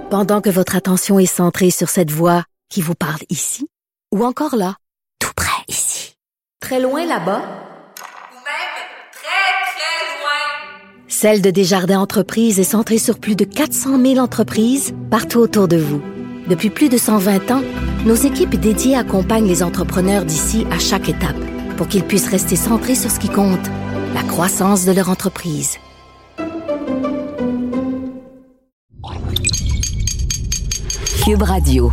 Pendant que votre attention est centrée sur cette voix qui vous parle ici, ou encore là, tout près ici, très loin là-bas, ou même très, très loin. Celle de Desjardins Entreprises est centrée sur plus de 400 000 entreprises partout autour de vous. Depuis plus de 120 ans, nos équipes dédiées accompagnent les entrepreneurs d'ici à chaque étape pour qu'ils puissent rester centrés sur ce qui compte, la croissance de leur entreprise. Cube Radio.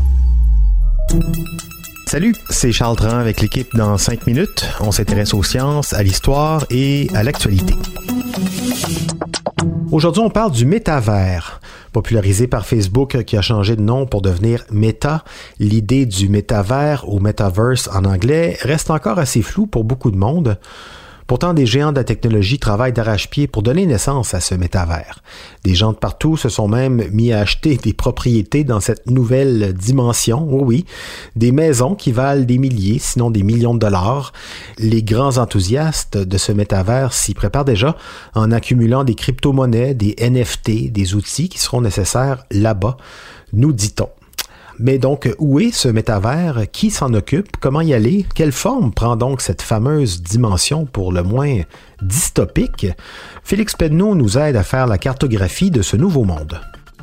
Salut, c'est Charles Tran avec l'équipe dans 5 minutes. On s'intéresse aux sciences, à l'histoire et à l'actualité. Aujourd'hui, on parle du métavers, popularisé par Facebook qui a changé de nom pour devenir Meta. L'idée du métavers ou metaverse en anglais reste encore assez floue pour beaucoup de monde. Pourtant, des géants de la technologie travaillent d'arrache-pied pour donner naissance à ce métavers. Des gens de partout se sont même mis à acheter des propriétés dans cette nouvelle dimension. Oui, des maisons qui valent des milliers, sinon des millions de dollars. Les grands enthousiastes de ce métavers s'y préparent déjà en accumulant des crypto-monnaies, des NFT, des outils qui seront nécessaires là-bas, nous dit-on. Mais donc, où est ce métavers? Qui s'en occupe? Comment y aller? Quelle forme prend donc cette fameuse dimension pour le moins dystopique? Félix Pedneau nous aide à faire la cartographie de ce nouveau monde.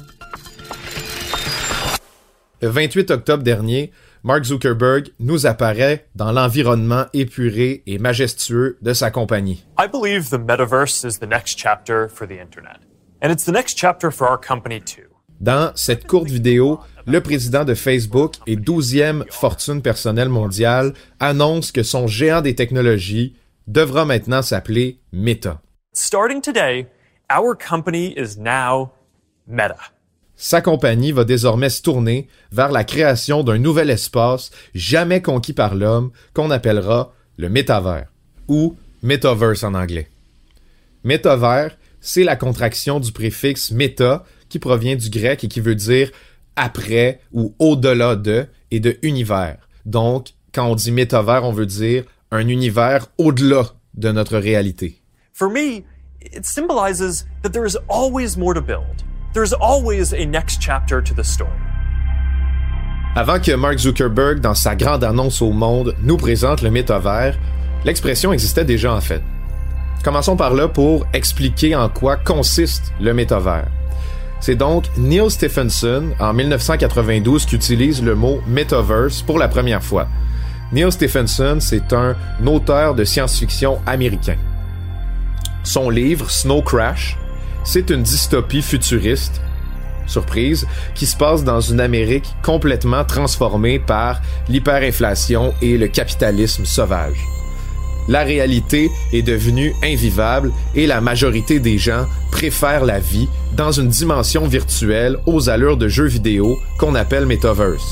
Le 28 octobre dernier, Mark Zuckerberg nous apparaît dans l'environnement épuré et majestueux de sa compagnie. I believe the metaverse is the next chapter for the internet. And it's the next chapter for our company too. Dans cette courte vidéo, le président de Facebook et 12e fortune personnelle mondiale annonce que son géant des technologies devra maintenant s'appeler Meta. Starting today, our company is now Meta. Sa compagnie va désormais se tourner vers la création d'un nouvel espace jamais conquis par l'homme qu'on appellera le métavers, ou metaverse en anglais. Métavers, c'est la contraction du préfixe méta qui provient du grec et qui veut dire après ou au-delà de et de univers. Donc, quand on dit métavers, on veut dire un univers au-delà de notre réalité. For me, it symbolizes that there is always more to build. There's always a next chapter to the story. Avant que Mark Zuckerberg, dans sa grande annonce au monde, nous présente le métavers, l'expression existait déjà en fait. Commençons par là pour expliquer en quoi consiste le métavers. C'est donc Neal Stephenson, en 1992, qui utilise le mot « metaverse » pour la première fois. Neal Stephenson, c'est un auteur de science-fiction américain. Son livre « Snow Crash », c'est une dystopie futuriste, surprise, qui se passe dans une Amérique complètement transformée par l'hyperinflation et le capitalisme sauvage. La réalité est devenue invivable et la majorité des gens préfèrent la vie dans une dimension virtuelle aux allures de jeux vidéo qu'on appelle Metaverse.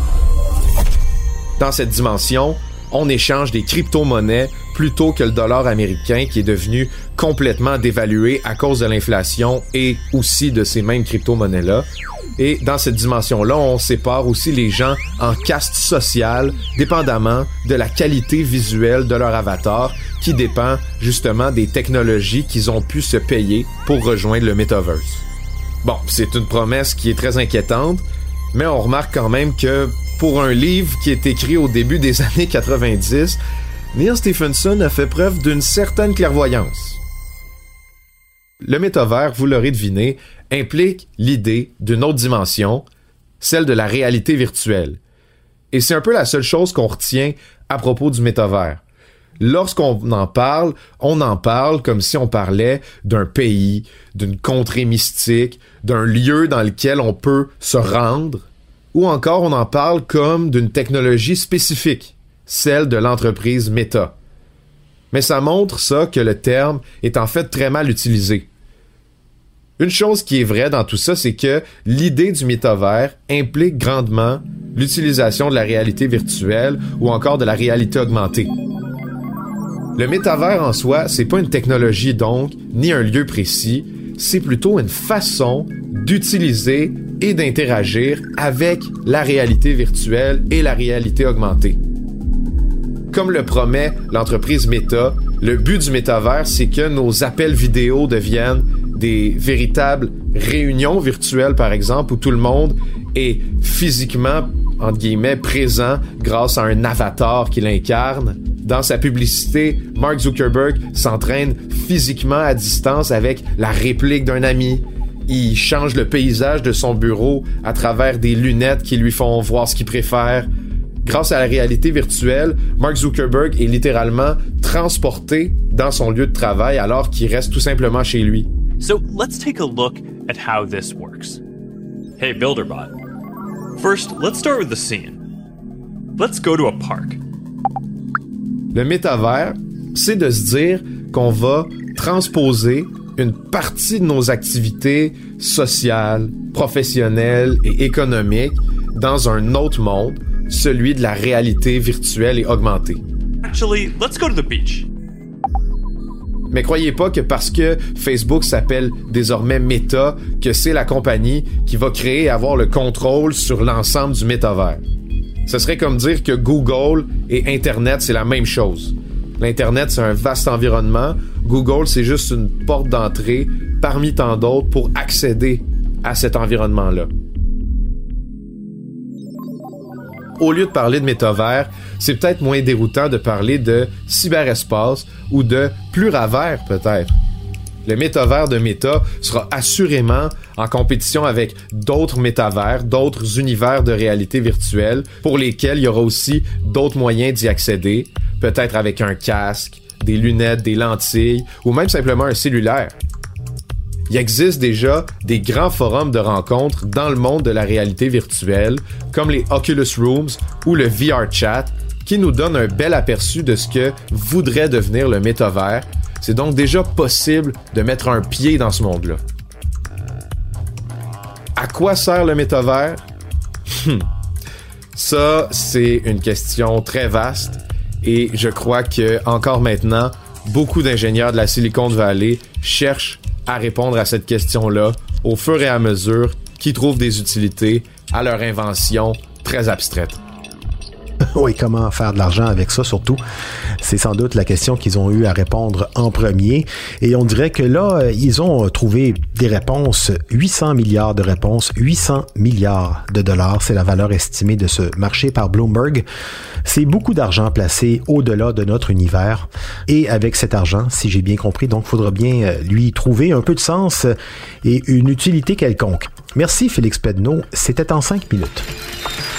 Dans cette dimension, on échange des crypto-monnaies plutôt que le dollar américain qui est devenu complètement dévalué à cause de l'inflation et aussi de ces mêmes crypto-monnaies-là. Et dans cette dimension-là, on sépare aussi les gens en castes sociales, dépendamment de la qualité visuelle de leur avatar, qui dépend justement des technologies qu'ils ont pu se payer pour rejoindre le Metaverse. Bon, c'est une promesse qui est très inquiétante, mais on remarque quand même que pour un livre qui est écrit au début des années 90, Neal Stephenson a fait preuve d'une certaine clairvoyance. Le métavers, vous l'aurez deviné, implique l'idée d'une autre dimension, celle de la réalité virtuelle. Et c'est un peu la seule chose qu'on retient à propos du métavers. Lorsqu'on en parle, on en parle comme si on parlait d'un pays, d'une contrée mystique, d'un lieu dans lequel on peut se rendre, ou encore on en parle comme d'une technologie spécifique, celle de l'entreprise Meta. Mais ça montre ça que le terme est en fait très mal utilisé. Une chose qui est vraie dans tout ça, c'est que l'idée du métavers implique grandement l'utilisation de la réalité virtuelle ou encore de la réalité augmentée. Le métavers en soi, c'est pas une technologie donc, ni un lieu précis, c'est plutôt une façon d'utiliser et d'interagir avec la réalité virtuelle et la réalité augmentée. Comme le promet l'entreprise Meta, le but du métavers, c'est que nos appels vidéo deviennent des véritables réunion virtuelle, par exemple, où tout le monde est physiquement, entre guillemets, présent grâce à un avatar qu'il incarne. Dans sa publicité, Mark Zuckerberg s'entraîne physiquement à distance avec la réplique d'un ami. Il change le paysage de son bureau à travers des lunettes qui lui font voir ce qu'il préfère. Grâce à la réalité virtuelle, Mark Zuckerberg est littéralement transporté dans son lieu de travail alors qu'il reste tout simplement chez lui. So let's take a look at how this works. Hey, Builderbot. First, let's start with the scene. Let's go to a park. Le métavers, c'est de se dire qu'on va transposer une partie de nos activités sociales, professionnelles et économiques dans un autre monde, celui de la réalité virtuelle et augmentée. Actually, let's go to the beach. Mais croyez pas que parce que Facebook s'appelle désormais Meta, que c'est la compagnie qui va créer et avoir le contrôle sur l'ensemble du métavers. Ce serait comme dire que Google et Internet, c'est la même chose. L'Internet, c'est un vaste environnement. Google, c'est juste une porte d'entrée parmi tant d'autres pour accéder à cet environnement-là. Au lieu de parler de métavers, c'est peut-être moins déroutant de parler de cyberespace ou de pluravers peut-être. Le métavers de Meta sera assurément en compétition avec d'autres métavers, d'autres univers de réalité virtuelle pour lesquels il y aura aussi d'autres moyens d'y accéder, peut-être avec un casque, des lunettes, des lentilles ou même simplement un cellulaire. Il existe déjà des grands forums de rencontres dans le monde de la réalité virtuelle, comme les Oculus Rooms ou le VR Chat, qui nous donnent un bel aperçu de ce que voudrait devenir le métavers. C'est donc déjà possible de mettre un pied dans ce monde-là. À quoi sert le métavers? Ça, c'est une question très vaste et je crois que encore maintenant, beaucoup d'ingénieurs de la Silicon Valley cherchent à répondre à cette question-là au fur et à mesure qu'ils trouvent des utilités à leur invention très abstraite. Oui, comment faire de l'argent avec ça, surtout. C'est sans doute la question qu'ils ont eu à répondre en premier. Et on dirait que là, ils ont trouvé des réponses, 800 milliards de réponses, 800 milliards de dollars. C'est la valeur estimée de ce marché par Bloomberg. C'est beaucoup d'argent placé au-delà de notre univers. Et avec cet argent, si j'ai bien compris, donc il faudra bien lui trouver un peu de sens et une utilité quelconque. Merci Félix Pedneau, c'était en 5 minutes.